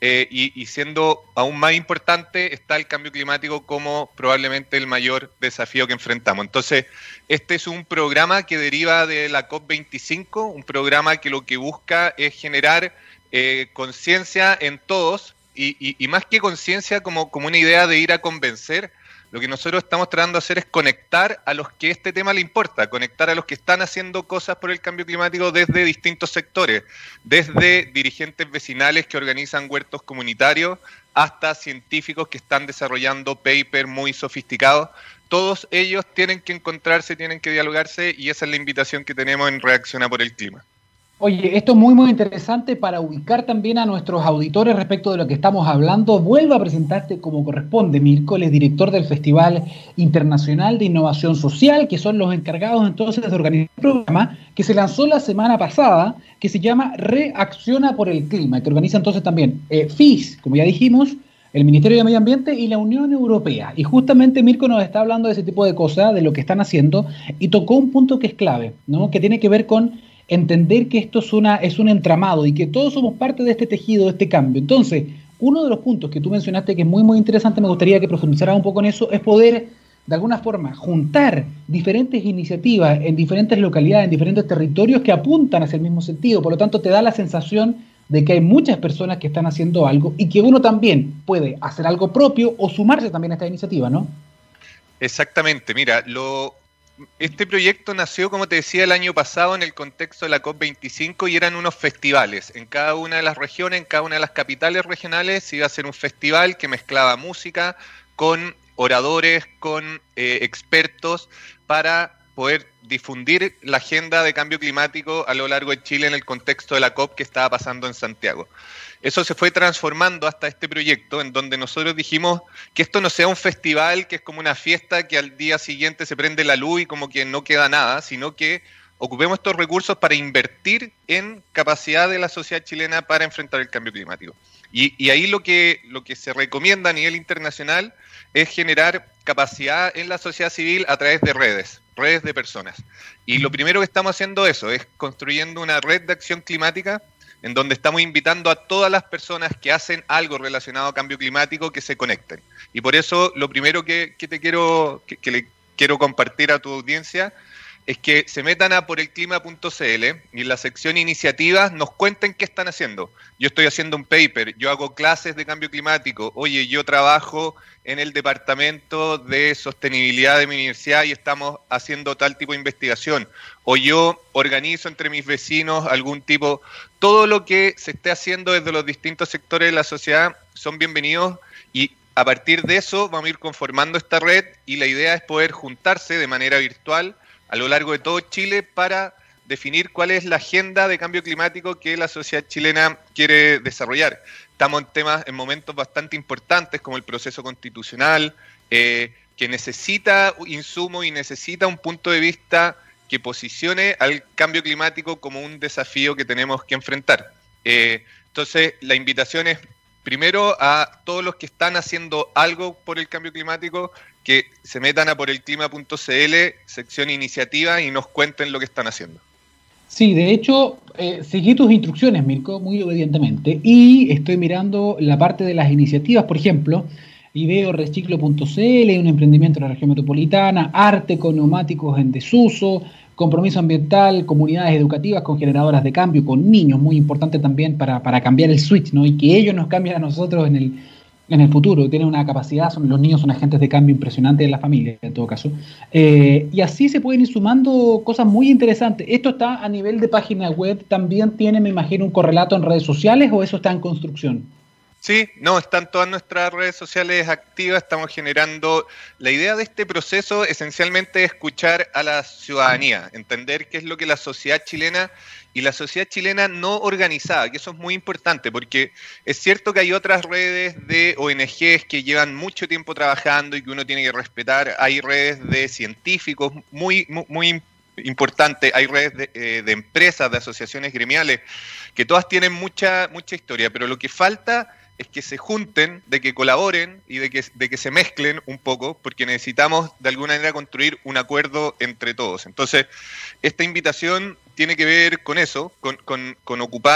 eh, y, y siendo aún más importante está el cambio climático como probablemente el mayor desafío que enfrentamos. Entonces, este es un programa que deriva de la COP veinticinco, un programa que lo que busca es generar eh, conciencia en todos, y, y, y más que conciencia como, como una idea de ir a convencer. Lo que nosotros estamos tratando de hacer es conectar a los que este tema le importa, conectar a los que están haciendo cosas por el cambio climático desde distintos sectores, desde dirigentes vecinales que organizan huertos comunitarios hasta científicos que están desarrollando papers muy sofisticados. Todos ellos tienen que encontrarse, tienen que dialogarse, y esa es la invitación que tenemos en Reacciona por el Clima. Oye, esto es muy muy interesante para ubicar también a nuestros auditores respecto de lo que estamos hablando. Vuelvo a presentarte como corresponde, Mirko, él es director del Festival Internacional de Innovación Social, que son los encargados entonces de organizar un programa que se lanzó la semana pasada, que se llama Reacciona por el Clima, que organiza entonces también eh, F I S, como ya dijimos, el Ministerio de Medio Ambiente y la Unión Europea. Y justamente Mirko nos está hablando de ese tipo de cosas, de lo que están haciendo, y tocó un punto que es clave, ¿no? Que tiene que ver con entender que esto es, una, es un entramado y que todos somos parte de este tejido, de este cambio. Entonces, uno de los puntos que tú mencionaste que es muy, muy interesante, me gustaría que profundizaras un poco en eso, es poder, de alguna forma, juntar diferentes iniciativas en diferentes localidades, en diferentes territorios que apuntan hacia el mismo sentido. Por lo tanto, te da la sensación de que hay muchas personas que están haciendo algo y que uno también puede hacer algo propio o sumarse también a esta iniciativa, ¿no? Exactamente. Mira, lo... Este proyecto nació, como te decía, el año pasado en el contexto de la COP veinticinco y eran unos festivales. En cada una de las regiones, en cada una de las capitales regionales, se iba a hacer un festival que mezclaba música con oradores, con eh, expertos, para poder difundir la agenda de cambio climático a lo largo de Chile en el contexto de la COP que estaba pasando en Santiago. Eso se fue transformando hasta este proyecto en donde nosotros dijimos que esto no sea un festival que es como una fiesta que al día siguiente se prende la luz y como que no queda nada, sino que ocupemos estos recursos para invertir en capacidad de la sociedad chilena para enfrentar el cambio climático. Y, y ahí lo que, lo que se recomienda a nivel internacional es generar capacidad en la sociedad civil a través de redes, redes de personas. Y lo primero que estamos haciendo eso es construyendo una red de acción climática en donde estamos invitando a todas las personas que hacen algo relacionado a cambio climático que se conecten. Y por eso lo primero que, que te quiero, que, que le quiero compartir a tu audiencia es que se metan a por el clima punto c l y en la sección iniciativas nos cuenten qué están haciendo. Yo estoy haciendo un paper, yo hago clases de cambio climático, oye, yo trabajo en el departamento de sostenibilidad de mi universidad y estamos haciendo tal tipo de investigación, o yo organizo entre mis vecinos algún tipo, todo lo que se esté haciendo desde los distintos sectores de la sociedad son bienvenidos, y a partir de eso vamos a ir conformando esta red, y la idea es poder juntarse de manera virtual a lo largo de todo Chile para definir cuál es la agenda de cambio climático que la sociedad chilena quiere desarrollar. Estamos en temas, en momentos bastante importantes como el proceso constitucional, eh, que necesita insumos y necesita un punto de vista que posicione al cambio climático como un desafío que tenemos que enfrentar. Eh, entonces, la invitación es primero a todos los que están haciendo algo por el cambio climático, que se metan a por el clima punto c l, sección iniciativa, y nos cuenten lo que están haciendo. Sí, de hecho, eh, seguí tus instrucciones, Mirko, muy obedientemente, y estoy mirando la parte de las iniciativas, por ejemplo, y veo reciclo punto c l, un emprendimiento en la región metropolitana, arte con neumáticos en desuso, compromiso ambiental, comunidades educativas con generadoras de cambio, con niños, muy importante también para, para cambiar el switch, ¿no? Y que ellos nos cambien a nosotros en el, en el futuro. Tienen una capacidad, son, los niños son agentes de cambio impresionantes en la familia, en todo caso. Eh, y así se pueden ir sumando cosas muy interesantes. ¿Esto está a nivel de página web? ¿También tiene, me imagino, un correlato en redes sociales o eso está en construcción? Sí, no, están todas nuestras redes sociales activas, estamos generando... La idea de este proceso esencialmente es escuchar a la ciudadanía, entender qué es lo que la sociedad chilena y la sociedad chilena no organizada, que eso es muy importante, porque es cierto que hay otras redes de O N Ges que llevan mucho tiempo trabajando y que uno tiene que respetar, hay redes de científicos muy, muy, muy importantes, hay redes de, eh, de empresas, de asociaciones gremiales, que todas tienen mucha, mucha historia, pero lo que falta es que se junten, de que colaboren y de que, de que se mezclen un poco, porque necesitamos de alguna manera construir un acuerdo entre todos. Entonces, esta invitación tiene que ver con eso, con, con, con ocupar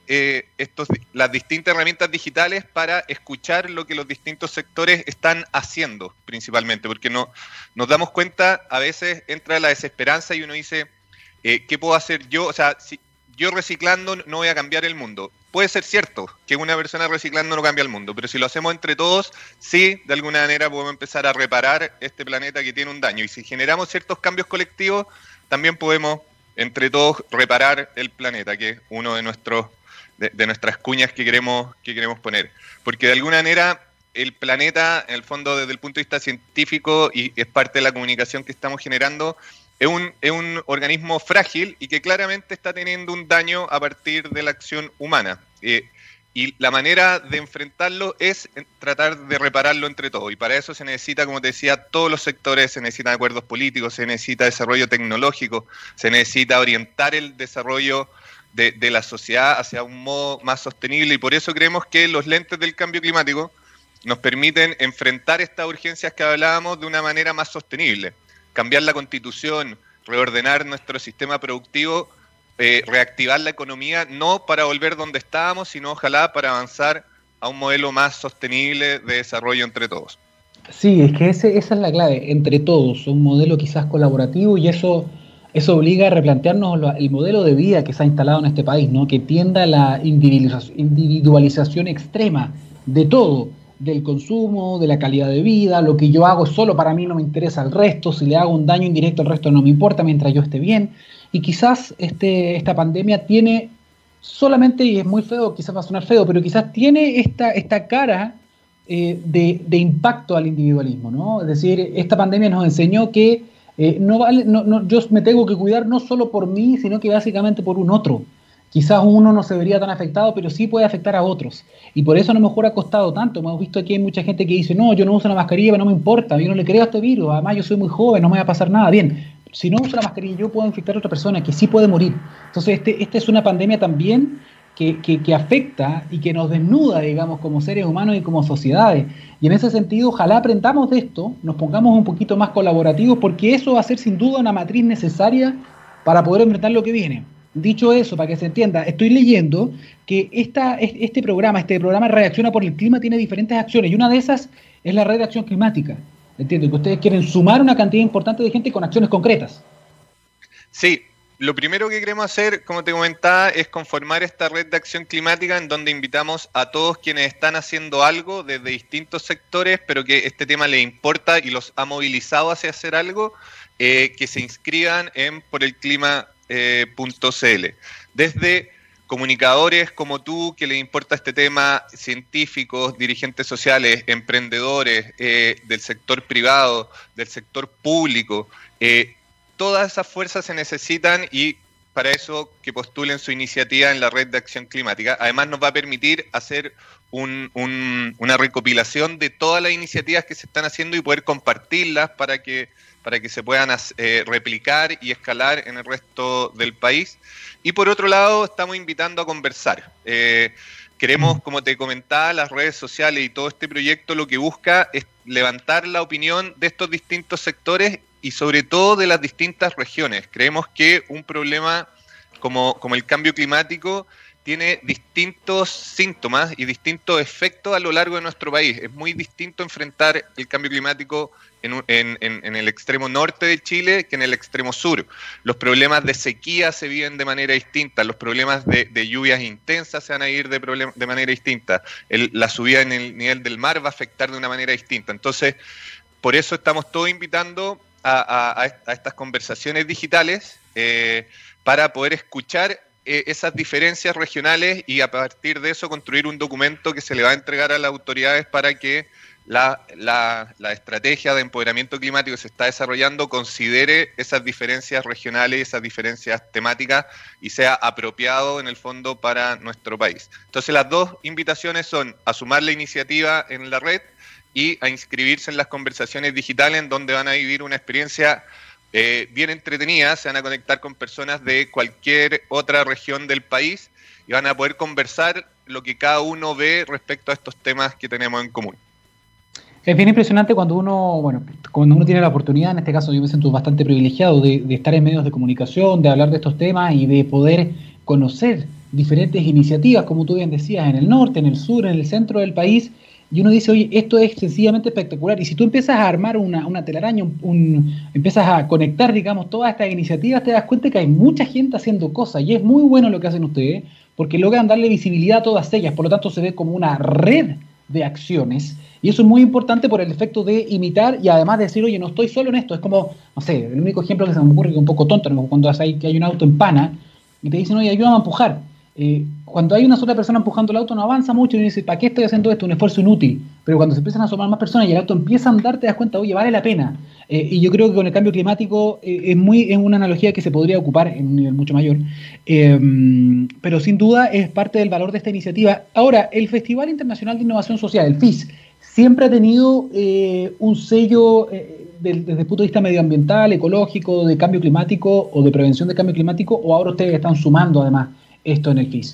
eh, estos, las distintas herramientas digitales para escuchar lo que los distintos sectores están haciendo principalmente, porque no, nos damos cuenta, a veces entra la desesperanza y uno dice, eh, ¿qué puedo hacer yo? O sea, si yo reciclando no voy a cambiar el mundo. Puede ser cierto que una persona reciclando no cambia el mundo, pero si lo hacemos entre todos, sí, de alguna manera podemos empezar a reparar este planeta que tiene un daño. Y si generamos ciertos cambios colectivos, también podemos entre todos reparar el planeta, que es uno de nuestros de, de nuestras cuñas que queremos que queremos poner, porque de alguna manera el planeta, en el fondo desde el punto de vista científico, y es parte de la comunicación que estamos generando, es un es un organismo frágil y que claramente está teniendo un daño a partir de la acción humana. Eh, Y la manera de enfrentarlo es tratar de repararlo entre todos. Y para eso se necesita, como te decía, todos los sectores, se necesitan acuerdos políticos, se necesita desarrollo tecnológico, se necesita orientar el desarrollo de, de la sociedad hacia un modo más sostenible. Y por eso creemos que los lentes del cambio climático nos permiten enfrentar estas urgencias que hablábamos de una manera más sostenible. Cambiar la Constitución, reordenar nuestro sistema productivo, Eh, reactivar la economía, no para volver donde estábamos, sino ojalá para avanzar a un modelo más sostenible de desarrollo entre todos. Sí, es que ese, esa es la clave, entre todos, un modelo quizás colaborativo, y eso, eso obliga a replantearnos lo, el modelo de vida que se ha instalado en este país, ¿no? Que tienda a la individualización, individualización extrema de todo, del consumo, de la calidad de vida. Lo que yo hago solo para mí, no me interesa al resto, si le hago un daño indirecto al resto no me importa mientras yo esté bien. Y quizás este, esta pandemia tiene solamente, y es muy feo, quizás va a sonar feo, pero quizás tiene esta, esta cara eh, de, de impacto al individualismo, ¿no? Es decir, esta pandemia nos enseñó que eh, no vale, no, no, yo me tengo que cuidar no solo por mí, sino que básicamente por un otro. Quizás uno no se vería tan afectado, pero sí puede afectar a otros. Y por eso a lo mejor ha costado tanto. Hemos visto aquí hay mucha gente que dice, no, yo no uso la mascarilla, no me importa, yo no le creo a este virus, además yo soy muy joven, no me va a pasar nada. Bien, si no uso la mascarilla yo puedo infectar a otra persona que sí puede morir. Entonces este, esta es una pandemia también que, que, que afecta y que nos desnuda, digamos, como seres humanos y como sociedades. Y en ese sentido, ojalá aprendamos de esto, nos pongamos un poquito más colaborativos, porque eso va a ser sin duda una matriz necesaria para poder enfrentar lo que viene. Dicho eso, para que se entienda, estoy leyendo que esta, este programa, este programa Reacciona por el Clima, tiene diferentes acciones, y una de esas es la Red de Acción Climática. Entiendo que ustedes quieren sumar una cantidad importante de gente con acciones concretas. Sí, lo primero que queremos hacer, como te comentaba, es conformar esta red de acción climática en donde invitamos a todos quienes están haciendo algo desde distintos sectores, pero que este tema les importa y los ha movilizado hacia hacer algo, eh, que se inscriban en por el clima punto c l. Desde comunicadores como tú, que les importa este tema, científicos, dirigentes sociales, emprendedores eh, del sector privado, del sector público, eh, todas esas fuerzas se necesitan, y para eso que postulen su iniciativa en la Red de Acción Climática. Además nos va a permitir hacer un, un, una recopilación de todas las iniciativas que se están haciendo y poder compartirlas para que para que se puedan eh, replicar y escalar en el resto del país. Y por otro lado, estamos invitando a conversar. Eh, queremos, como te comentaba, las redes sociales y todo este proyecto lo que busca es levantar la opinión de estos distintos sectores y sobre todo de las distintas regiones. Creemos que un problema como, como el cambio climático tiene distintos síntomas y distintos efectos a lo largo de nuestro país. Es muy distinto enfrentar el cambio climático en, en, en, en el extremo norte de Chile que en el extremo sur. Los problemas de sequía se viven de manera distinta, los problemas de, de lluvias intensas se van a ir de, problem, de manera distinta, el, la subida en el nivel del mar va a afectar de una manera distinta. Entonces, por eso estamos todos invitando a, a, a estas conversaciones digitales eh, para poder escuchar esas diferencias regionales y a partir de eso construir un documento que se le va a entregar a las autoridades para que la, la, la estrategia de empoderamiento climático que se está desarrollando considere esas diferencias regionales, esas diferencias temáticas y sea apropiado en el fondo para nuestro país. Entonces las dos invitaciones son a sumar la iniciativa en la red y a inscribirse en las conversaciones digitales en donde van a vivir una experiencia Eh, bien entretenidas, se van a conectar con personas de cualquier otra región del país y van a poder conversar lo que cada uno ve respecto a estos temas que tenemos en común. Es bien impresionante cuando uno, bueno, cuando uno tiene la oportunidad, en este caso yo me siento bastante privilegiado de, de estar en medios de comunicación, de hablar de estos temas y de poder conocer diferentes iniciativas, como tú bien decías, en el norte, en el sur, en el centro del país, y uno dice, oye, esto es sencillamente espectacular. Y si tú empiezas a armar una, una telaraña, un, un, empiezas a conectar, digamos, todas estas iniciativas, te das cuenta que hay mucha gente haciendo cosas, y es muy bueno lo que hacen ustedes, porque logran darle visibilidad a todas ellas, por lo tanto se ve como una red de acciones, y eso es muy importante por el efecto de imitar y además de decir, oye, no estoy solo en esto. Es como, no sé, el único ejemplo que se me ocurre que es un poco tonto, ¿no? Cuando hay, que hay un auto en pana, y te dicen, oye, ayúdame a empujar. Eh, cuando hay una sola persona empujando el auto no avanza mucho y uno dice, ¿para qué estoy haciendo esto? Un esfuerzo inútil. Pero cuando se empiezan a sumar más personas y el auto empieza a andar, te das cuenta, oye, vale la pena. Eh, y yo creo que con el cambio climático eh, es, muy, es una analogía que se podría ocupar en un nivel mucho mayor. Eh, pero sin duda es parte del valor de esta iniciativa. Ahora, el Festival Internacional de Innovación Social, el F I S, siempre ha tenido eh, un sello eh, del, desde el punto de vista medioambiental, ecológico, de cambio climático o de prevención de cambio climático, o ahora ustedes están sumando además esto en el F I S.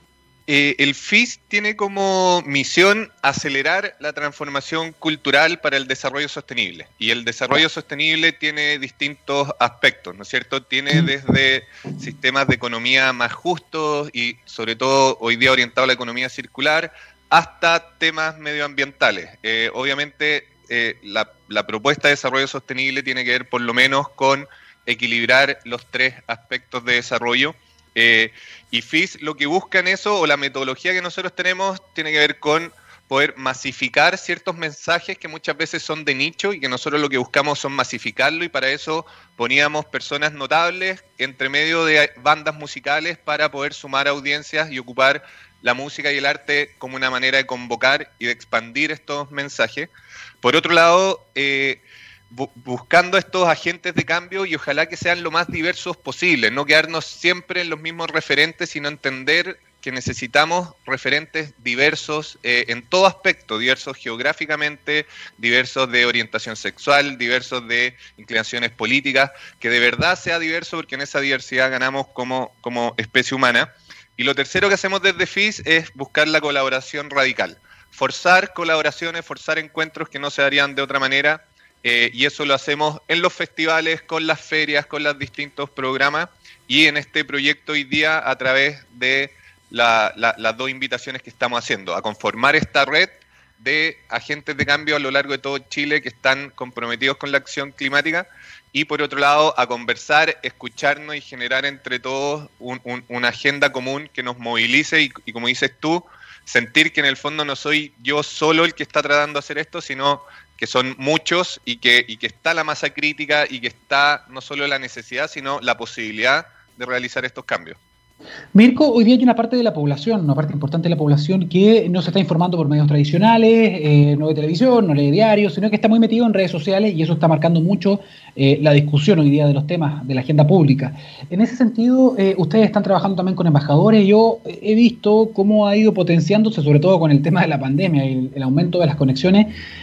Eh, el F I S tiene como misión acelerar la transformación cultural para el desarrollo sostenible. Y el desarrollo sostenible tiene distintos aspectos, ¿no es cierto? Tiene desde sistemas de economía más justos y sobre todo hoy día orientado a la economía circular, hasta temas medioambientales. Eh, obviamente eh, la, la propuesta de desarrollo sostenible tiene que ver por lo menos con equilibrar los tres aspectos de desarrollo. Eh, y F I S lo que busca en eso, o la metodología que nosotros tenemos, tiene que ver con poder masificar ciertos mensajes que muchas veces son de nicho y que nosotros lo que buscamos son masificarlo, y para eso poníamos personas notables entre medio de bandas musicales para poder sumar audiencias y ocupar la música y el arte como una manera de convocar y de expandir estos mensajes. Por otro lado, eh, bu- buscando estos agentes de cambio y ojalá que sean lo más diversos posible, no quedarnos siempre en los mismos referentes, sino entender que necesitamos referentes diversos eh, en todo aspecto, diversos geográficamente, diversos de orientación sexual, diversos de inclinaciones políticas, que de verdad sea diverso, porque en esa diversidad ganamos como, como especie humana. Y lo tercero que hacemos desde F I S es buscar la colaboración radical, forzar colaboraciones, forzar encuentros que no se darían de otra manera, eh, y eso lo hacemos en los festivales, con las ferias, con los distintos programas, y en este proyecto hoy día a través de La, la, las dos invitaciones que estamos haciendo, a conformar esta red de agentes de cambio a lo largo de todo Chile que están comprometidos con la acción climática, y por otro lado a conversar, escucharnos y generar entre todos un, un, una agenda común que nos movilice y, y como dices tú, sentir que en el fondo no soy yo solo el que está tratando de hacer esto, sino que son muchos y que, y que está la masa crítica y que está no solo la necesidad, sino la posibilidad de realizar estos cambios. Mirko, hoy día hay una parte de la población, una parte importante de la población que no se está informando por medios tradicionales, eh, no ve televisión, no lee diarios, sino que está muy metido en redes sociales, y eso está marcando mucho eh, la discusión hoy día de los temas de la agenda pública. En ese sentido, eh, ustedes están trabajando también con embajadores. Yo he visto cómo ha ido potenciándose, sobre todo con el tema de la pandemia y el, el aumento de las conexiones,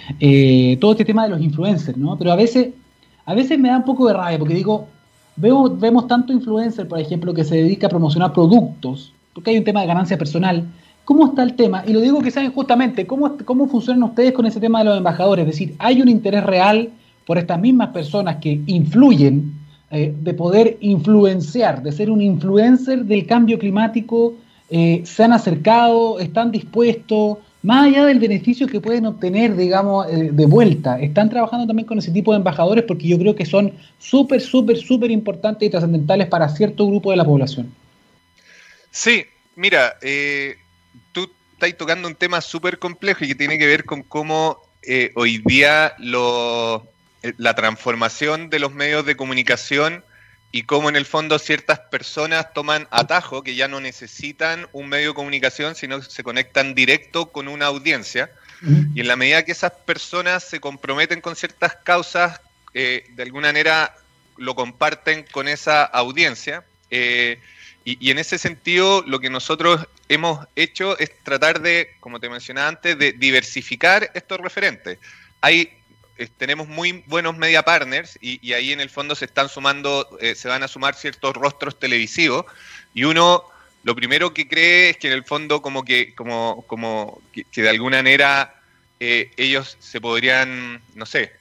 eh, todo este tema de los influencers, ¿no? Pero a veces, a veces me da un poco de rabia, porque digo, Vemos, vemos tanto influencer, por ejemplo, que se dedica a promocionar productos, porque hay un tema de ganancia personal. ¿Cómo está el tema? Y lo digo que saben justamente, ¿cómo, cómo funcionan ustedes con ese tema de los embajadores? Es decir, ¿hay un interés real por estas mismas personas que influyen, eh, de poder influenciar, de ser un influencer del cambio climático? Eh, ¿se han acercado? ¿Están dispuestos? Más allá del beneficio que pueden obtener, digamos, eh, de vuelta, ¿están trabajando también con ese tipo de embajadores? Porque yo creo que son súper, súper, súper importantes y trascendentales para cierto grupo de la población. Sí, mira, eh, tú estás tocando un tema súper complejo y que tiene que ver con cómo eh, hoy día lo, eh, la transformación de los medios de comunicación y cómo en el fondo ciertas personas toman atajo, que ya no necesitan un medio de comunicación, sino que se conectan directo con una audiencia. Uh-huh. Y en la medida que esas personas se comprometen con ciertas causas, eh, de alguna manera lo comparten con esa audiencia. Eh, y, y en ese sentido, lo que nosotros hemos hecho es tratar de, como te mencionaba antes, de diversificar estos referentes. Hay... tenemos muy buenos media partners y, y ahí en el fondo se están sumando, eh, se van a sumar ciertos rostros televisivos, y uno lo primero que cree es que en el fondo como que, como, como que, que de alguna manera eh, ellos se podrían, no sé,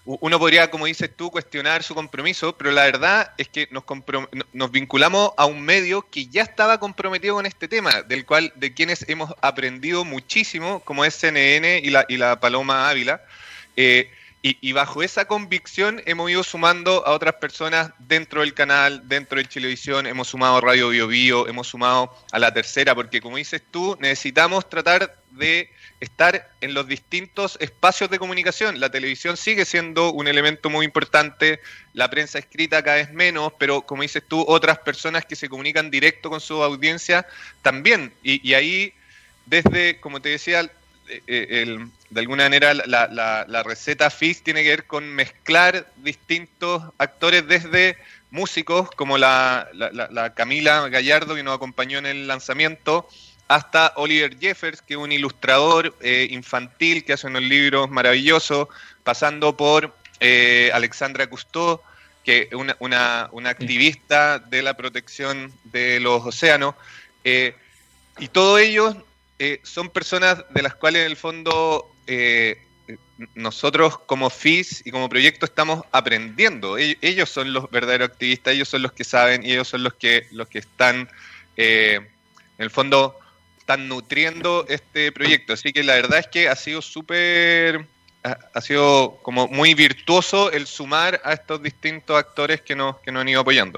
uno podría, como dices tú, cuestionar su compromiso, pero la verdad es que nos, comprom- nos vinculamos a un medio que ya estaba comprometido con este tema, del cual, de quienes hemos aprendido muchísimo, como es C N N y la, y la Paloma Ávila, eh, y, y bajo esa convicción hemos ido sumando a otras personas dentro del canal, dentro de Chilevisión, hemos sumado a Radio Bio Bio, hemos sumado a La Tercera, porque como dices tú, necesitamos tratar de estar en los distintos espacios de comunicación. La televisión sigue siendo un elemento muy importante, la prensa escrita cada vez menos, pero como dices tú, otras personas que se comunican directo con su audiencia también. Y, y ahí, desde, como te decía, eh, el, de alguna manera la, la, la receta F I S tiene que ver con mezclar distintos actores, desde músicos como la, la, la, la Camila Gallardo, que nos acompañó en el lanzamiento, hasta Oliver Jeffers, que es un ilustrador eh, infantil que hace unos libros maravillosos, pasando por eh, Alexandra Cousteau, que es una, una, una activista de la protección de los océanos. Eh, y todos ellos eh, son personas de las cuales en el fondo eh, nosotros como F I S y como proyecto estamos aprendiendo. Ellos son los verdaderos activistas, ellos son los que saben y ellos son los que, los que están eh, en el fondo están nutriendo este proyecto. Así que la verdad es que ha sido súper, ha, ha sido como muy virtuoso el sumar a estos distintos actores que nos, que nos han ido apoyando.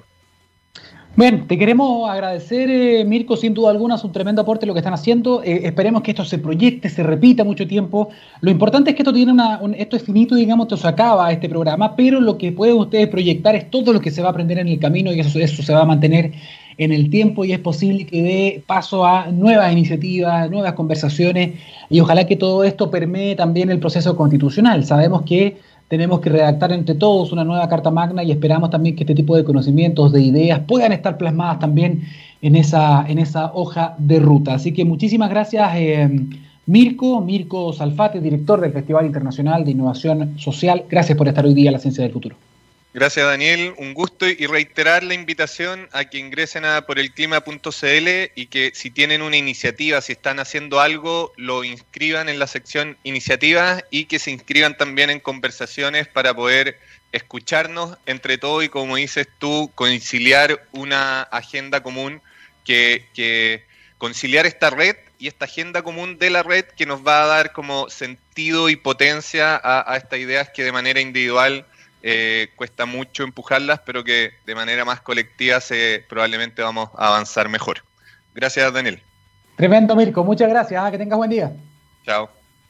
Bien, te queremos agradecer, eh, Mirko, sin duda alguna, es un tremendo aporte lo que están haciendo. Eh, esperemos que esto se proyecte, se repita mucho tiempo. Lo importante es que esto tiene una, un, esto es finito, digamos, esto se acaba este programa, pero lo que pueden ustedes proyectar es todo lo que se va a aprender en el camino y eso, eso se va a mantener en el tiempo y es posible que dé paso a nuevas iniciativas, nuevas conversaciones y ojalá que todo esto permee también el proceso constitucional. Sabemos que tenemos que redactar entre todos una nueva Carta Magna y esperamos también que este tipo de conocimientos, de ideas, puedan estar plasmadas también en esa, en esa hoja de ruta. Así que muchísimas gracias, eh, Mirko, Mirko Salfate, director del Festival Internacional de Innovación Social. Gracias por estar hoy día en La Ciencia del Futuro. Gracias, Daniel, un gusto, y reiterar la invitación a que ingresen a por el clima punto c l y que si tienen una iniciativa, si están haciendo algo, lo inscriban en la sección iniciativas y que se inscriban también en conversaciones para poder escucharnos entre todos y, como dices tú, conciliar una agenda común, que, que conciliar esta red y esta agenda común de la red que nos va a dar como sentido y potencia a, a estas ideas que de manera individual Eh, cuesta mucho empujarlas, pero que de manera más colectiva se, probablemente vamos a avanzar mejor. Gracias, Daniel. Tremendo, Mirko. Muchas gracias. Ah, que tengas buen día. Chao.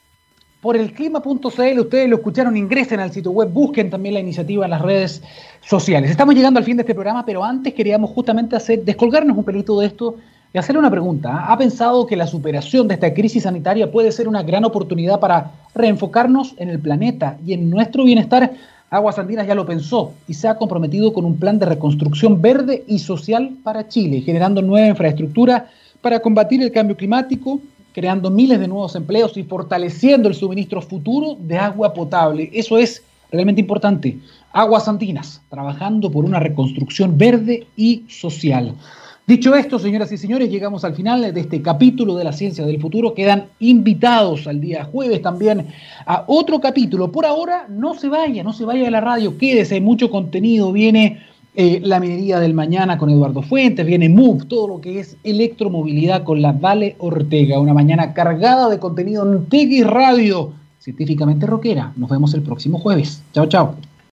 Por el clima punto c l, ustedes lo escucharon, ingresen al sitio web, busquen también la iniciativa en las redes sociales. Estamos llegando al fin de este programa, pero antes queríamos justamente hacer, descolgarnos un pelito de esto y hacerle una pregunta. ¿Ha pensado que la superación de esta crisis sanitaria puede ser una gran oportunidad para reenfocarnos en el planeta y en nuestro bienestar? Aguas Andinas ya lo pensó y se ha comprometido con un plan de reconstrucción verde y social para Chile, generando nueva infraestructura para combatir el cambio climático, creando miles de nuevos empleos y fortaleciendo el suministro futuro de agua potable. Eso es realmente importante. Aguas Andinas, trabajando por una reconstrucción verde y social. Dicho esto, señoras y señores, llegamos al final de este capítulo de La Ciencia del Futuro. Quedan invitados al día jueves también a otro capítulo. Por ahora, no se vaya, no se vaya de la radio, quédese, hay mucho contenido. Viene eh, la minería del mañana con Eduardo Fuentes, viene Move, todo lo que es electromovilidad con la Vale Ortega. Una mañana cargada de contenido en T X Radio, científicamente rockera. Nos vemos el próximo jueves. Chao, chao.